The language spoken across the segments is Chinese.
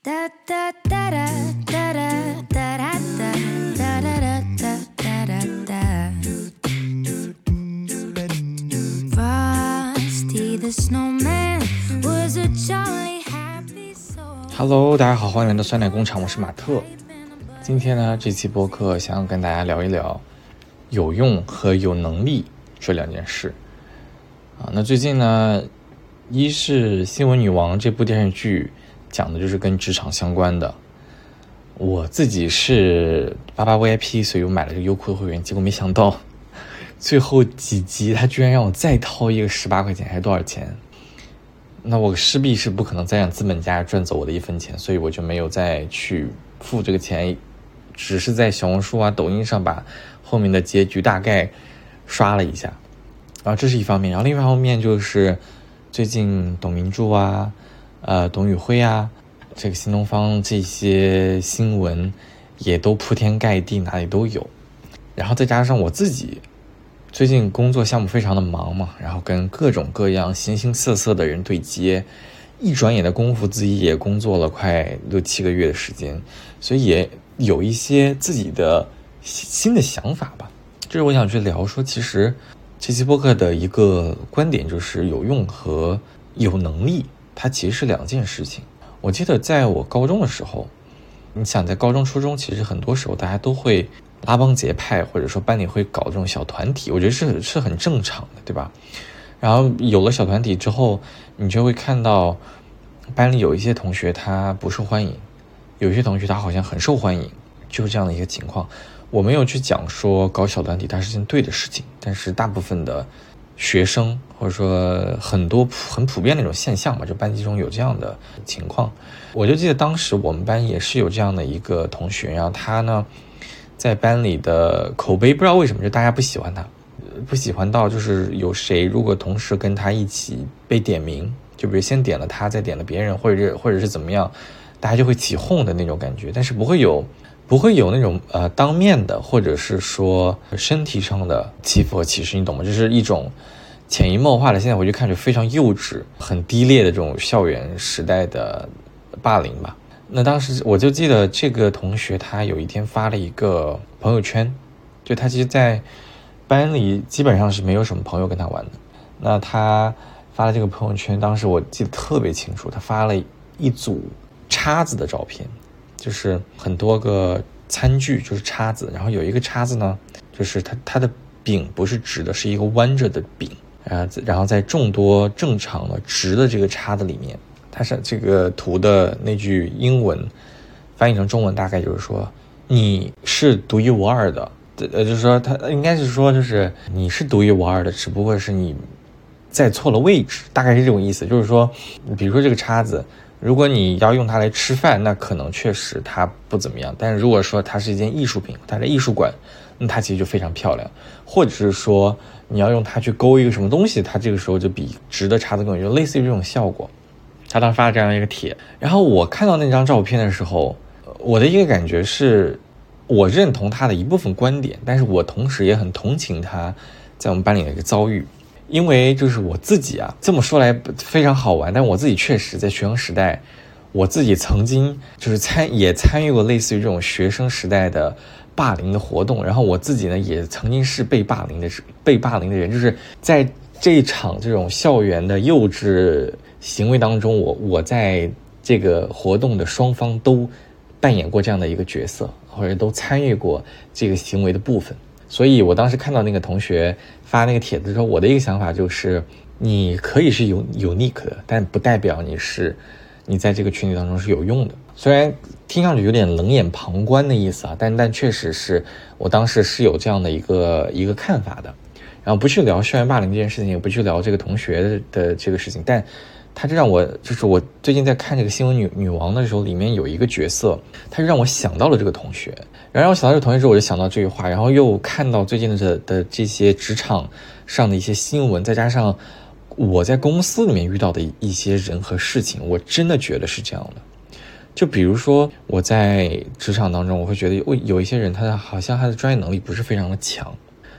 Hello， 大家好，欢迎来到酸奶工厂，我是马特。今天呢，这期播客想要跟大家聊一聊有用和有能力这两件事啊。那最近呢，一是《新闻女王》这部电视剧讲的就是跟职场相关的。我自己是88 VIP， 所以我买了这个优酷的会员，结果没想到最后几集他居然让我再掏一个18块钱还是多少钱。那我势必是不可能再让资本家赚走我的一分钱，所以我就没有再去付这个钱，只是在小红书啊、抖音上把后面的结局大概刷了一下。然后这是一方面，然后另一方面就是最近董明珠啊、董宇辉啊、这个新东方这些新闻也都铺天盖地，哪里都有。然后再加上我自己最近工作项目非常的忙嘛，然后跟各种各样形形色色的人对接，一转眼的功夫自己也工作了快6-7个月的时间，所以也有一些自己的新的想法吧。就是我想去聊说，其实这期播客的一个观点就是有用和有能力它其实是两件事情。我记得在我高中的时候，你想在高中初中其实很多时候大家都会拉帮结派，或者说班里会搞这种小团体，我觉得是很正常的，对吧？然后有了小团体之后，你就会看到班里有一些同学他不受欢迎，有一些同学他好像很受欢迎，就是这样的一个情况。我没有去讲说搞小团体它是件对的事情，但是大部分的学生或者说很普遍的那种现象吧，就班级中有这样的情况。我就记得当时我们班也是有这样的一个同学，然后他呢在班里的口碑不知道为什么就大家不喜欢他，不喜欢到就是有谁如果同时跟他一起被点名，就比如先点了他再点了别人，或者是怎么样，大家就会起哄的那种感觉，但是不会有那种当面的或者是说身体上的欺负和歧视，你懂吗？就是一种潜移默化的，现在回去看就非常幼稚很低劣的这种校园时代的霸凌吧。那当时我就记得这个同学他有一天发了一个朋友圈，就他其实在班里基本上是没有什么朋友跟他玩的。那他发了这个朋友圈，当时我记得特别清楚，他发了一组叉子的照片，就是很多个餐具就是叉子，然后有一个叉子呢就是它的柄不是直的，是一个弯着的柄，然后在众多正常的直的这个叉子里面，它是这个图的那句英文翻译成中文大概就是说你是独一无二的，就是说它应该是说就是你是独一无二的，只不过是你在错了位置，大概是这种意思。就是说比如说这个叉子，如果你要用它来吃饭，那可能确实它不怎么样，但是如果说它是一件艺术品，它在艺术馆，那它其实就非常漂亮。或者是说你要用它去勾一个什么东西，它这个时候就比直的叉子更有用，类似于这种效果。他当时发了这样一个帖，然后我看到那张照片的时候，我的一个感觉是我认同他的一部分观点，但是我同时也很同情他在我们班里的一个遭遇。因为就是我自己啊，这么说来非常好玩，但我自己确实在学生时代，我自己曾经就是也参与过类似于这种学生时代的霸凌的活动，然后我自己呢也曾经是被霸凌的人，就是在这一场这种校园的幼稚行为当中，我在这个活动的双方都扮演过这样的一个角色，或者都参与过这个行为的部分。所以我当时看到那个同学发那个帖子的时候，我的一个想法就是你可以是unique的，但不代表你在这个群体当中是有用的。虽然听上去有点冷眼旁观的意思啊，但确实是我当时是有这样的一个看法的。然后不去聊校园霸凌这件事情，也不去聊这个同学的这个事情，但他就让我就是我最近在看这个新闻女王的时候，里面有一个角色，他就让我想到了这个同学。然后让我想到这个同学之后，我就想到这句话，然后又看到最近的这些职场上的一些新闻，再加上我在公司里面遇到的一些人和事情，我真的觉得是这样的。就比如说我在职场当中，我会觉得有一些人他好像他的专业能力不是非常的强，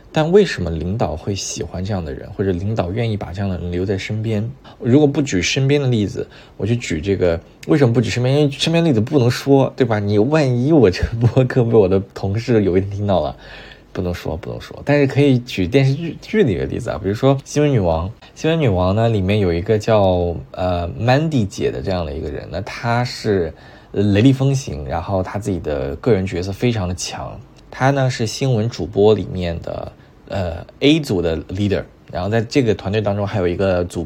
但为什么领导会喜欢这样的人，或者领导愿意把这样的人留在身边？如果不举身边的例子，我就举这个，为什么不举身边？因为身边例子不能说，对吧？你万一我这个播客被我的同事有一天听到了，不能说。但是可以举电视剧里的例子啊，比如说新闻女王。新闻女王呢，里面有一个叫Mandy 姐的这样的一个人，那她是雷厉风行，然后她自己的个人角色非常的强。她呢是新闻主播里面的A 组的 leader， 然后在这个团队当中还有一个组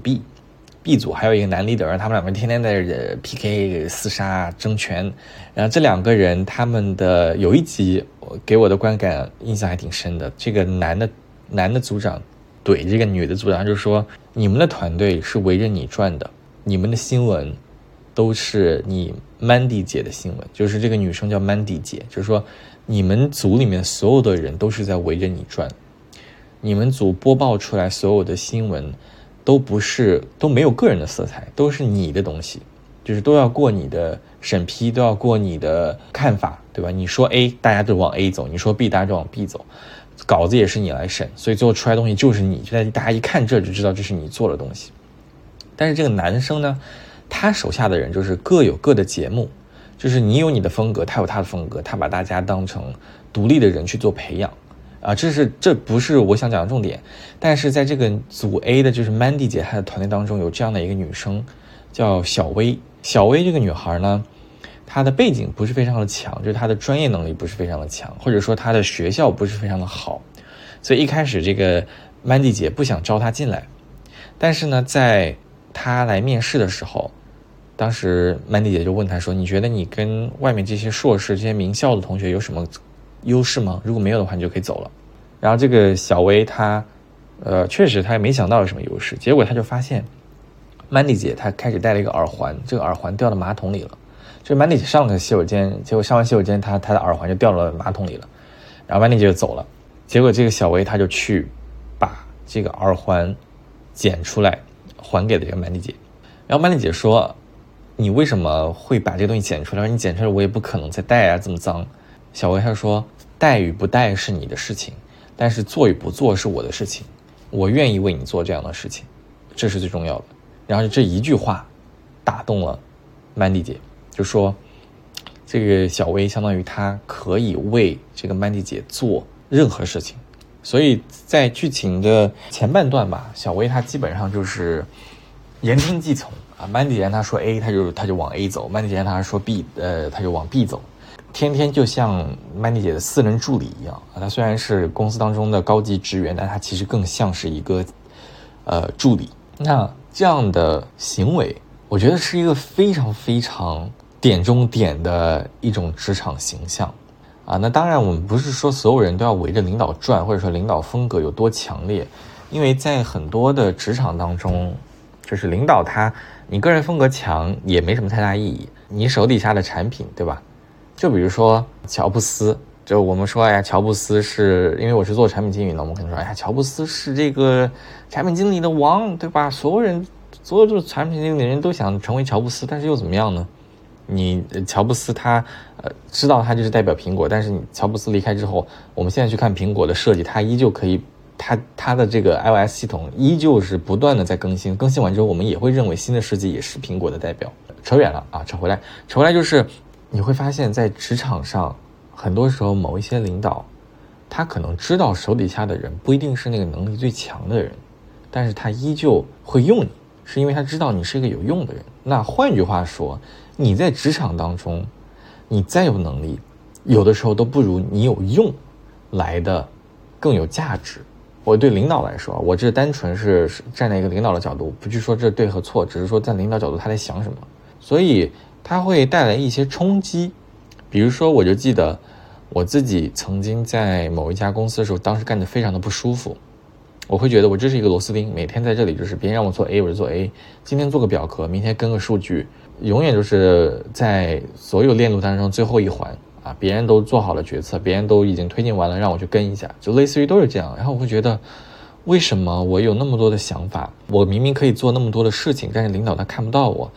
B 组还有一个男 leader， 他们两个天天在这 PK 厮杀争权。然后这两个人他们的有一集给我的观感印象还挺深的，这个男的组长怼这个女的组长就说，你们的团队是围着你转的，你们的新闻都是你 Mandy 姐的新闻，就是这个女生叫 Mandy 姐，就是说你们组里面所有的人都是在围着你转，你们组播报出来所有的新闻都没有个人的色彩，都是你的东西，就是都要过你的审批，都要过你的看法，对吧？你说 A 大家都往 A 走，你说 B 大家都往 B 走，稿子也是你来审，所以最后出来的东西就是你，就在大家一看这就知道这是你做的东西。但是这个男生呢，他手下的人就是各有各的节目，就是你有你的风格，他有他的风格，他把大家当成独立的人去做培养啊，这不是我想讲的重点。但是在这个组 A 的就是 Mandy 姐她的团队当中有这样的一个女生叫小薇。小薇这个女孩呢，她的背景不是非常的强，就是她的专业能力不是非常的强，或者说她的学校不是非常的好，所以一开始这个 Mandy 姐不想招她进来。但是呢，在她来面试的时候，当时 Mandy 姐就问她说，你觉得你跟外面这些硕士这些名校的同学有什么优势吗？如果没有的话你就可以走了。然后这个小薇她确实她也没想到有什么优势，结果她就发现 Mandy 姐她开始戴了一个耳环，这个耳环掉到马桶里了。这 Mandy 姐上了洗手间，结果上完洗手间她的耳环就掉到了马桶里了，然后 Mandy 姐就走了。结果这个小薇她就去把这个耳环捡出来还给了这个 Mandy 姐。然后 Mandy 姐说，你为什么会把这个东西捡出来？你捡出来我也不可能再戴啊，这么脏。小薇她说，戴与不戴是你的事情，但是做与不做是我的事情，我愿意为你做这样的事情，这是最重要的。然后这一句话打动了 Mandy 姐，就说这个小薇相当于她可以为这个 Mandy 姐做任何事情。所以在剧情的前半段吧，小薇她基本上就是言听计从啊 ，Mandy 让她说 A， 她就往 A 走 ，Mandy 让她说 B， 她就往 B 走。天天就像 Mandy 姐的私人助理一样啊，她虽然是公司当中的高级职员，但她其实更像是一个助理。那这样的行为，我觉得是一个非常非常点中点的一种职场形象啊。那当然，我们不是说所有人都要围着领导转，或者说领导风格有多强烈，因为在很多的职场当中，就是领导你个人风格强也没什么太大意义，你手底下的产品，对吧？就比如说乔布斯，就我们说，哎呀，乔布斯是因为我是做产品经理的，我们可能说，哎呀，乔布斯是这个产品经理的王，对吧？所有的产品经理的人都想成为乔布斯，但是又怎么样呢？你乔布斯他知道他就是代表苹果，但是你乔布斯离开之后，我们现在去看苹果的设计，他依旧可以，他的这个 iOS 系统依旧是不断的在更新完之后，我们也会认为新的设计也是苹果的代表。扯远了啊，扯回来就是你会发现在职场上，很多时候某一些领导，他可能知道手底下的人不一定是那个能力最强的人，但是他依旧会用你，是因为他知道你是一个有用的人。那换句话说，你在职场当中，你再有能力，有的时候都不如你有用来的更有价值。我对领导来说，我这单纯是站在一个领导的角度，不去说这对和错，只是说在领导角度他在想什么，所以它会带来一些冲击。比如说我就记得我自己曾经在某一家公司的时候，当时干得非常的不舒服，我会觉得我这是一个螺丝钉，每天在这里就是别人让我做 A 我就做 A， 今天做个表格，明天跟个数据，永远就是在所有链路当中最后一环啊，别人都做好了决策，别人都已经推进完了，让我去跟一下，就类似于都是这样。然后我会觉得，为什么我有那么多的想法，我明明可以做那么多的事情，但是领导他看不到我，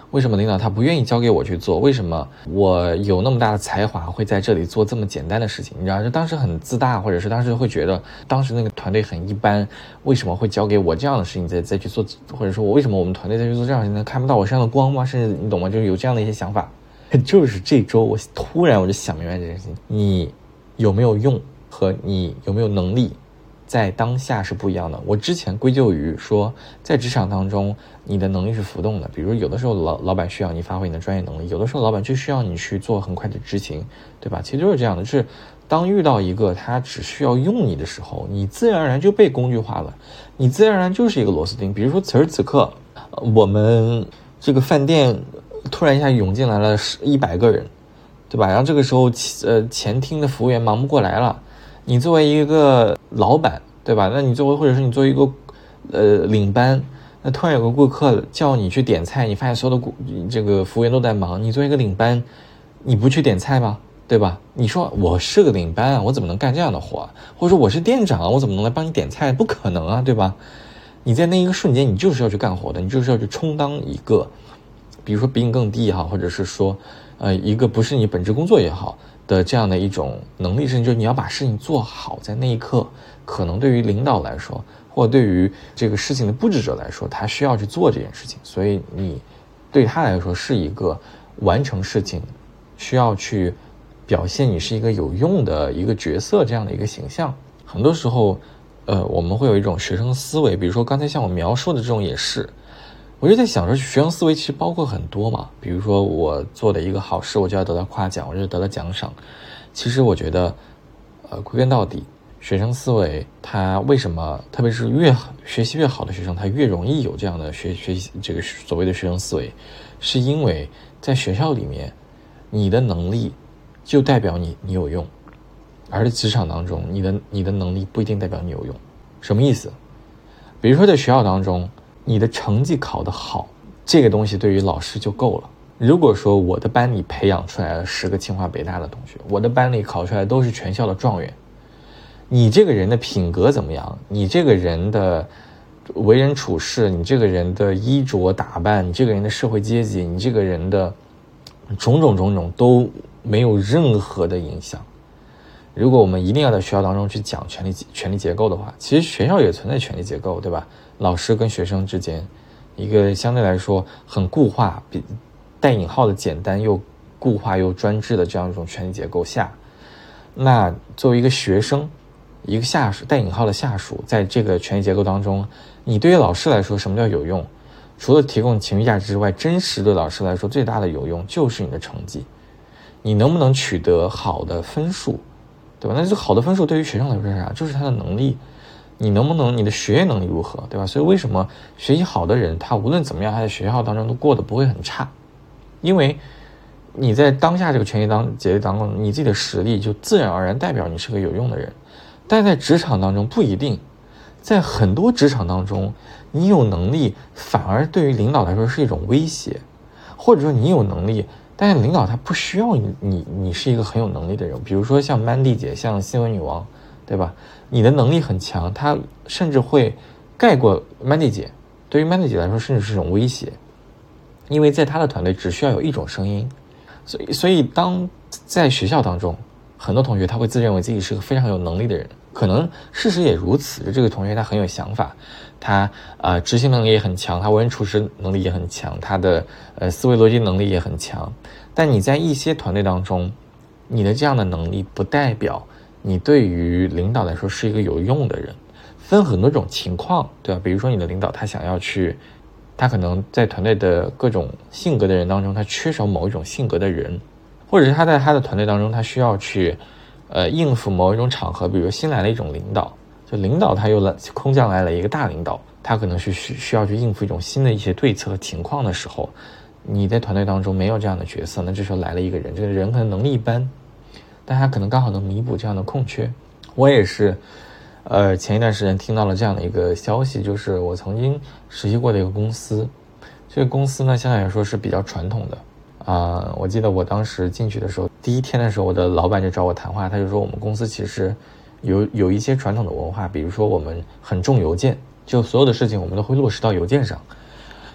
为什么领导他不愿意交给我去做？为什么我有那么大的才华会在这里做这么简单的事情？你知道，就当时很自大，或者是当时会觉得当时那个团队很一般，为什么会交给我这样的事情再去做？或者说我为什么我们团队再去做这样的事情，看不到我身上的光吗？甚至你懂吗？就是有这样的一些想法。就是这周我突然就想明白这件事情，你有没有用和你有没有能力在当下是不一样的。我之前归咎于说，在职场当中你的能力是浮动的，比如有的时候老板需要你发挥你的专业能力，有的时候老板就需要你去做很快的执行，对吧？其实就是这样的，就是当遇到一个他只需要用你的时候，你自然而然就被工具化了，你自然而然就是一个螺丝钉。比如说此时此刻我们这个饭店突然一下涌进来了100个人，对吧？然后这个时候前厅的服务员忙不过来了，你作为一个老板，对吧？那你作为或者是你作为一个领班，那突然有个顾客叫你去点菜，你发现所有的这个服务员都在忙，你作为一个领班，你不去点菜吗？对吧？你说我是个领班啊，我怎么能干这样的活啊？或者说我是店长啊，我怎么能来帮你点菜？不可能啊，对吧？你在那一个瞬间，你就是要去干活的，你就是要去充当一个，比如说比你更低也好，或者是说一个不是你本职工作也好的这样的一种能力，甚至就是你要把事情做好，在那一刻可能对于领导来说，或对于这个事情的布置者来说，他需要去做这件事情，所以你对他来说是一个完成事情需要去表现你是一个有用的一个角色这样的一个形象。很多时候我们会有一种学生思维，比如说刚才像我描述的这种也是，我就在想说学生思维其实包括很多嘛，比如说我做的一个好事我就要得到夸奖，我就得到奖赏。其实我觉得归根到底，学生思维它为什么特别是学习越好的学生他越容易有这样的学习这个所谓的学生思维，是因为在学校里面你的能力就代表你有用，而在职场当中你的能力不一定代表你有用。什么意思？比如说在学校当中你的成绩考得好，这个东西对于老师就够了。如果说我的班里培养出来了10个清华北大的同学，我的班里考出来都是全校的状元，你这个人的品格怎么样，你这个人的为人处事，你这个人的衣着打扮，你这个人的社会阶级，你这个人的种种都没有任何的影响。如果我们一定要在学校当中去讲权力结构的话，其实学校也存在权力结构，对吧？老师跟学生之间一个相对来说很固化，带引号的简单又固化又专制的这样一种权力结构下，那作为一个学生，一个下属，带引号的下属，在这个权力结构当中，你对于老师来说什么叫有用？除了提供情绪价值之外，真实对老师来说最大的有用就是你的成绩，你能不能取得好的分数，对吧？那这好的分数对于学生来说是啥？就是他的能力，你能不能，你的学业能力如何，对吧？所以为什么学习好的人他无论怎么样，他在学校当中都过得不会很差，因为你在当下这个权力结构当中，你自己的实力就自然而然代表你是个有用的人。但在职场当中不一定，在很多职场当中，你有能力反而对于领导来说是一种威胁，或者说你有能力，但是领导他不需要你是一个很有能力的人。比如说像Mandy姐，像新闻女王，对吧？你的能力很强，他甚至会盖过Mandy姐，对于Mandy姐来说甚至是一种威胁，因为在他的团队只需要有一种声音。所以当在学校当中，很多同学他会自认为自己是个非常有能力的人，可能事实也如此，这个同学他很有想法，他执行能力也很强，他为人处事能力也很强，他的思维逻辑能力也很强。但你在一些团队当中，你的这样的能力不代表你对于领导来说是一个有用的人。分很多种情况，对吧？比如说你的领导他可能在团队的各种性格的人当中，他缺少某一种性格的人，或者是他在他的团队当中，他需要去应付某一种场合，比如新来了一种领导，就领导他又空降来了一个大领导，他可能是需要去应付一种新的一些对策和情况的时候，你在团队当中没有这样的角色，那这时候来了一个人，这个人可能能力一般，但他可能刚好能弥补这样的空缺。我也是前一段时间听到了这样的一个消息，就是我曾经实习过的一个公司，这个公司呢相对来说是比较传统的我记得我当时进去的时候，第一天的时候，我的老板就找我谈话，他就说我们公司其实有一些传统的文化，比如说我们很重邮件，就所有的事情我们都会落实到邮件上。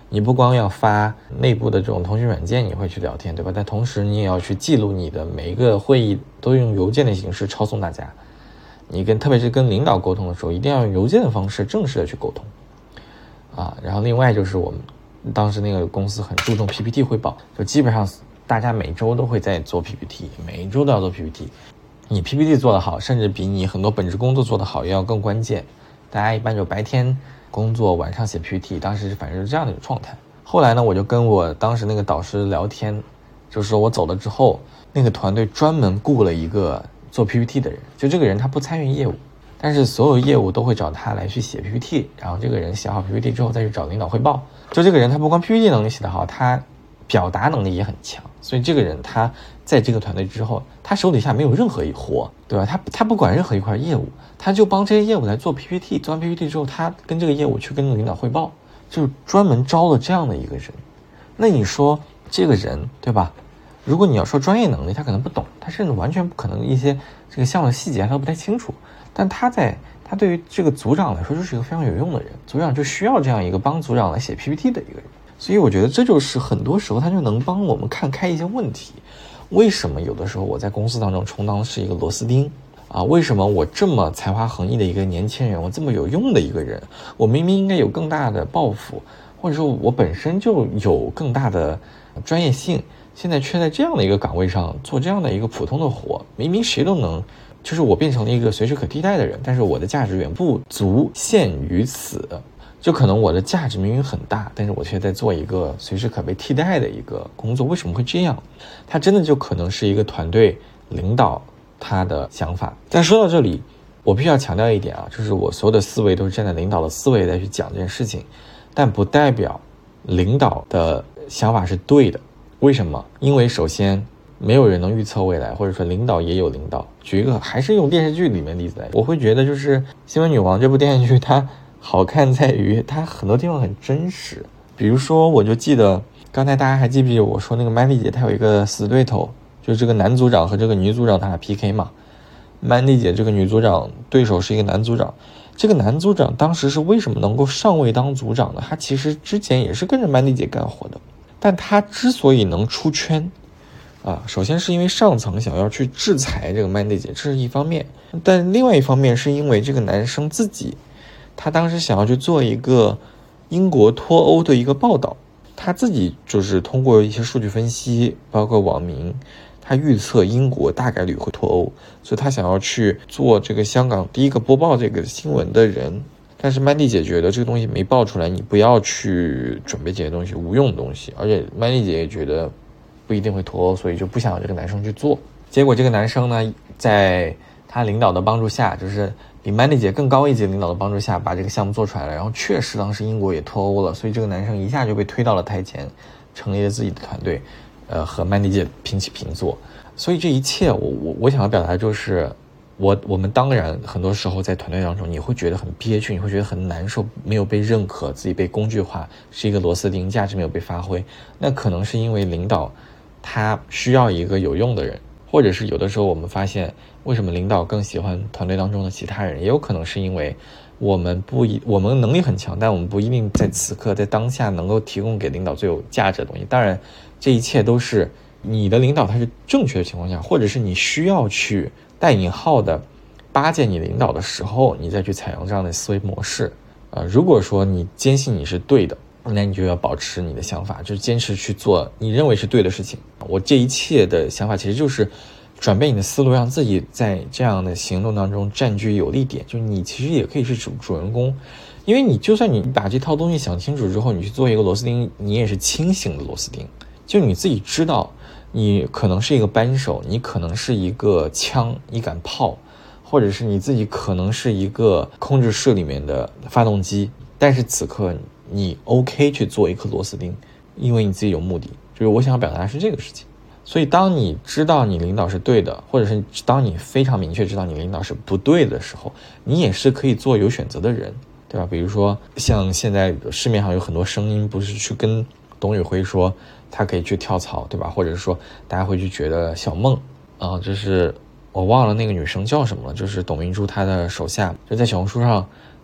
你不光要发内部的这种通讯软件，你会去聊天，对吧？但同时你也要去记录你的每一个会议，都用邮件的形式抄送大家。你特别是跟领导沟通的时候，一定要用邮件的方式正式的去沟通然后另外就是我们当时那个公司很注重 PPT 汇报，就基本上大家每周都会在做 PPT， 每一周都要做 PPT。你 PPT 做得好，甚至比你很多本职工作做得好也要更关键。大家一般就白天工作，晚上写 PPT， 当时反正是这样的一个状态。后来呢，我就跟我当时那个导师聊天，就是说我走了之后，那个团队专门雇了一个做 PPT 的人，就这个人他不参与业务，但是所有业务都会找他来去写 PPT， 然后这个人写好 PPT 之后再去找领导汇报。就这个人他不光 PPT 能力写得好，他表达能力也很强，所以这个人他在这个团队之后，他手底下没有任何一活，对吧？他不管任何一块业务，他就帮这些业务来做 PPT， 做完 PPT 之后，他跟这个业务去跟领导汇报，就专门招了这样的一个人。那你说这个人，对吧？如果你要说专业能力，他可能不懂，他甚至完全不可能一些这个项目的细节他都不太清楚，但他对于这个组长来说就是一个非常有用的人，组长就需要这样一个帮组长来写 PPT 的一个人。所以我觉得这就是很多时候他就能帮我们看开一些问题。为什么有的时候我在公司当中充当是一个螺丝钉为什么我这么才华横溢的一个年轻人，我这么有用的一个人，我明明应该有更大的抱负，或者说我本身就有更大的专业性，现在却在这样的一个岗位上做这样的一个普通的活，明明谁都能，就是我变成了一个随时可替代的人，但是我的价值远不足限于此。就可能我的价值明明很大，但是我却在做一个随时可被替代的一个工作。为什么会这样？它真的就可能是一个团队领导他的想法。但说到这里，我必须要强调一点就是我所有的思维都是站在领导的思维来去讲这件事情，但不代表领导的想法是对的。为什么？因为首先没有人能预测未来，或者说领导也有领导。举一个还是用电视剧里面的例子来，我会觉得就是《新闻女王》这部电视剧，它好看在于它很多地方很真实。比如说我就记得刚才大家还记不记得我说那个曼丽姐她有一个死对头，就是这个男组长和这个女组长他俩 PK 嘛。曼丽姐这个女组长对手是一个男组长，这个男组长当时是为什么能够上位当组长呢？他其实之前也是跟着曼丽姐干活的，但他之所以能出圈首先是因为上层想要去制裁这个曼丽姐，这是一方面，但另外一方面是因为这个男生自己他当时想要去做一个英国脱欧的一个报道，他自己就是通过一些数据分析，包括网民，他预测英国大概率会脱欧，所以他想要去做这个香港第一个播报这个新闻的人。但是曼丽姐觉得这个东西没爆出来，你不要去准备这些东西，无用的东西，而且曼丽姐也觉得不一定会脱欧，所以就不想让这个男生去做。结果这个男生呢，在他领导的帮助下，就是比曼丽姐更高一级领导的帮助下，把这个项目做出来了。然后确实当时英国也脱欧了，所以这个男生一下就被推到了台前，成立了自己的团队，和曼丽姐平起平坐。所以这一切我想要表达就是，我们当然很多时候在团队当中，你会觉得很憋屈，你会觉得很难受，没有被认可，自己被工具化，是一个螺丝钉，价值没有被发挥。那可能是因为领导他需要一个有用的人，或者是有的时候我们发现为什么领导更喜欢团队当中的其他人，也有可能是因为我们能力很强，但我们不一定在此刻在当下能够提供给领导最有价值的东西。当然这一切都是你的领导他是正确的情况下，或者是你需要去带引号的巴结你领导的时候，你再去采用这样的思维模式如果说你坚信你是对的，那你就要保持你的想法，就是坚持去做你认为是对的事情。我这一切的想法其实就是转变你的思路，让自己在这样的行动当中占据有利点，就你其实也可以是主人公。因为你就算你把这套东西想清楚之后，你去做一个螺丝钉，你也是清醒的螺丝钉，就你自己知道你可能是一个扳手，你可能是一个枪一杆炮，或者是你自己可能是一个控制室里面的发动机，但是此刻你 OK 去做一颗螺丝钉，因为你自己有目的。就是我想要表达的是这个事情。所以当你知道你领导是对的，或者是当你非常明确知道你领导是不对的时候，你也是可以做有选择的人，对吧？比如说像现在市面上有很多声音，不是去跟董宇辉说他可以去跳槽，对吧？或者是说大家会去觉得小梦就是我忘了那个女生叫什么了，就是董明珠她的手下，就在小红书上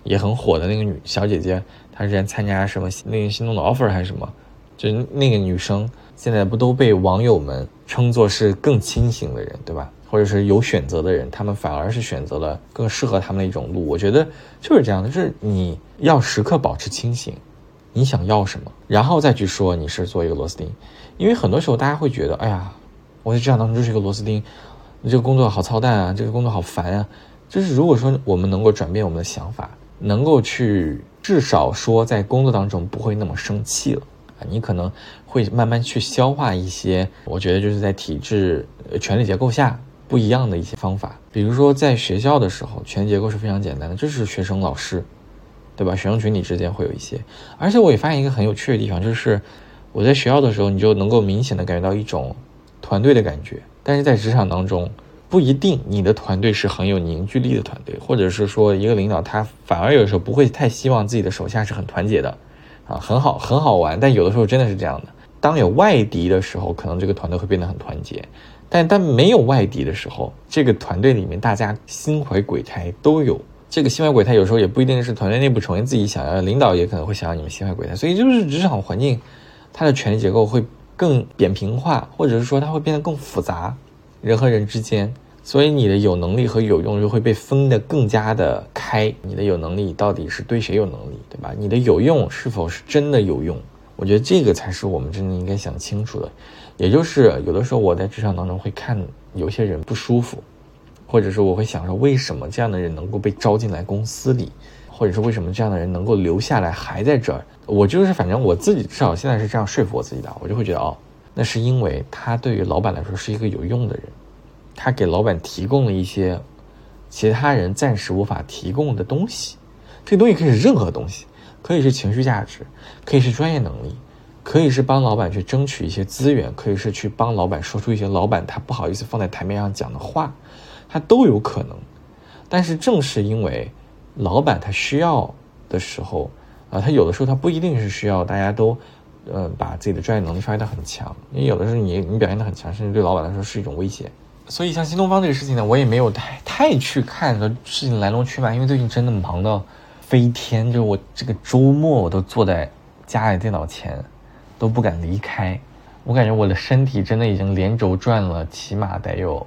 也很火的那个女小姐姐，她之前参加什么那个心动的 offer 还是什么，就是那个女生现在不都被网友们称作是更清醒的人，对吧？或者是有选择的人，他们反而是选择了更适合他们的一种路。我觉得就是这样的，就是你要时刻保持清醒，你想要什么，然后再去说你是做一个螺丝钉。因为很多时候大家会觉得，哎呀，我在职场当中就是一个螺丝钉，这个工作好操蛋啊，这个工作好烦啊。就是如果说我们能够转变我们的想法，能够去至少说在工作当中不会那么生气了，你可能会慢慢去消化一些，我觉得就是在体制权力结构下不一样的一些方法。比如说在学校的时候，权力结构是非常简单的，就是学生老师，对吧？学生群体之间会有一些，而且我也发现一个很有趣的地方，就是我在学校的时候，你就能够明显的感觉到一种团队的感觉，但是在职场当中不一定你的团队是很有凝聚力的团队，或者是说一个领导他反而有时候不会太希望自己的手下是很团结的啊，很好玩，但有的时候真的是这样的。当有外敌的时候，可能这个团队会变得很团结，但没有外敌的时候，这个团队里面大家心怀鬼胎都有。这个心怀鬼胎有时候也不一定是团队内部成员自己想要，领导也可能会想要你们心怀鬼胎，所以就是职场环境它的权力结构会更扁平化，或者是说它会变得更复杂，人和人之间，所以你的有能力和有用就会被分得更加的开。你的有能力到底是对谁有能力，对吧？你的有用是否是真的有用？我觉得这个才是我们真的应该想清楚的。也就是有的时候我在职场当中会看有些人不舒服，或者是我会想说为什么这样的人能够被招进来公司里，或者是为什么这样的人能够留下来还在这儿。我就是反正我自己至少现在是这样说服我自己的，我就会觉得那是因为他对于老板来说是一个有用的人，他给老板提供了一些其他人暂时无法提供的东西。这个东西可以是任何东西，可以是情绪价值，可以是专业能力，可以是帮老板去争取一些资源，可以是去帮老板说出一些老板他不好意思放在台面上讲的话，他都有可能。但是正是因为老板他需要的时候他有的时候他不一定是需要大家都把自己的专业能力发挥得很强，因为有的时候你表现得很强，甚至对老板来说是一种威胁。所以像新东方这个事情呢，我也没有太去看的事情来龙去脉，因为最近真的忙到飞天，就是我这个周末我都坐在家里电脑前都不敢离开，我感觉我的身体真的已经连轴转了起码得有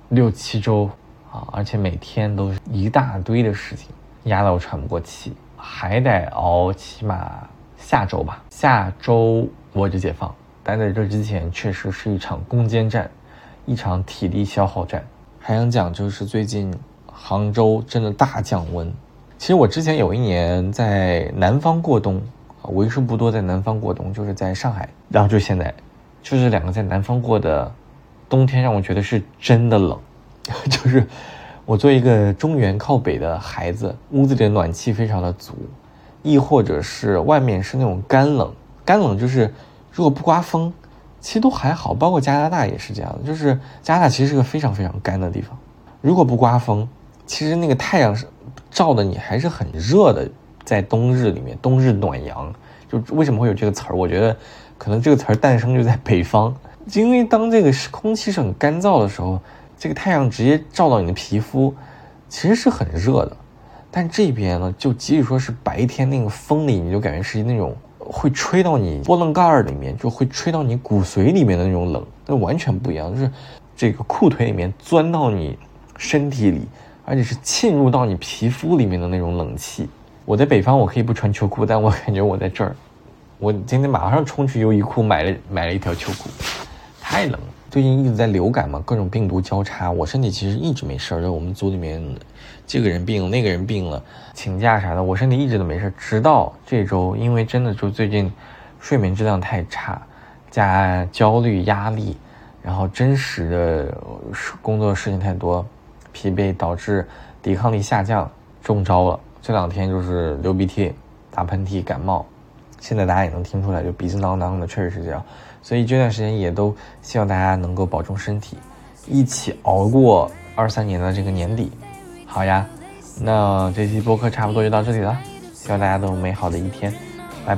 6-7周而且每天都是一大堆的事情，压得我喘不过气，还得熬起码下周吧，下周我就解放。但在这之前确实是一场攻坚战，一场体力消耗战。还想讲就是最近杭州真的大降温。其实我之前有一年在南方过冬，为数不多在南方过冬，就是在上海，然后就现在就是两个在南方过的冬天让我觉得是真的冷。就是我作为一个中原靠北的孩子，屋子里的暖气非常的足，亦或者是外面是那种干冷，就是如果不刮风其实都还好，包括加拿大也是这样的，就是加拿大其实是个非常非常干的地方，如果不刮风其实那个太阳是照的你还是很热的。在冬日里面，冬日暖阳，就为什么会有这个词儿？我觉得可能这个词儿诞生就在北方，因为当这个空气是很干燥的时候，这个太阳直接照到你的皮肤其实是很热的。但这边呢，就即使说是白天那个风里，你就感觉是那种会吹到你波棱盖里面，就会吹到你骨髓里面的那种冷，那完全不一样，就是这个裤腿里面钻到你身体里，而且是沁入到你皮肤里面的那种冷气。我在北方我可以不穿秋裤，但我感觉我在这儿，我今天马上冲去优衣库买了一条秋裤，太冷了。最近一直在流感嘛，各种病毒交叉，我身体其实一直没事，就我们组里面这个人病了，那个人病了，请假啥的，我身体一直都没事，直到这周，因为真的就最近睡眠质量太差，加焦虑压力，然后真实的工作事情太多，疲惫导致抵抗力下降，中招了。这2天就是流鼻涕、打喷嚏、感冒，现在大家也能听出来，就鼻子囔囔的，确实是这样。所以这段时间也都希望大家能够保重身体，一起熬过23年的这个年底。好呀，那这期播客差不多就到这里了，希望大家都有美好的一天，拜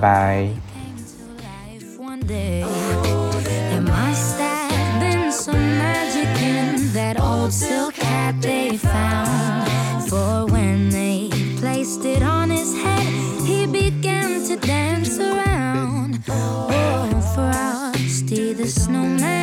拜。Silk hat they found for when they placed it on the snowman.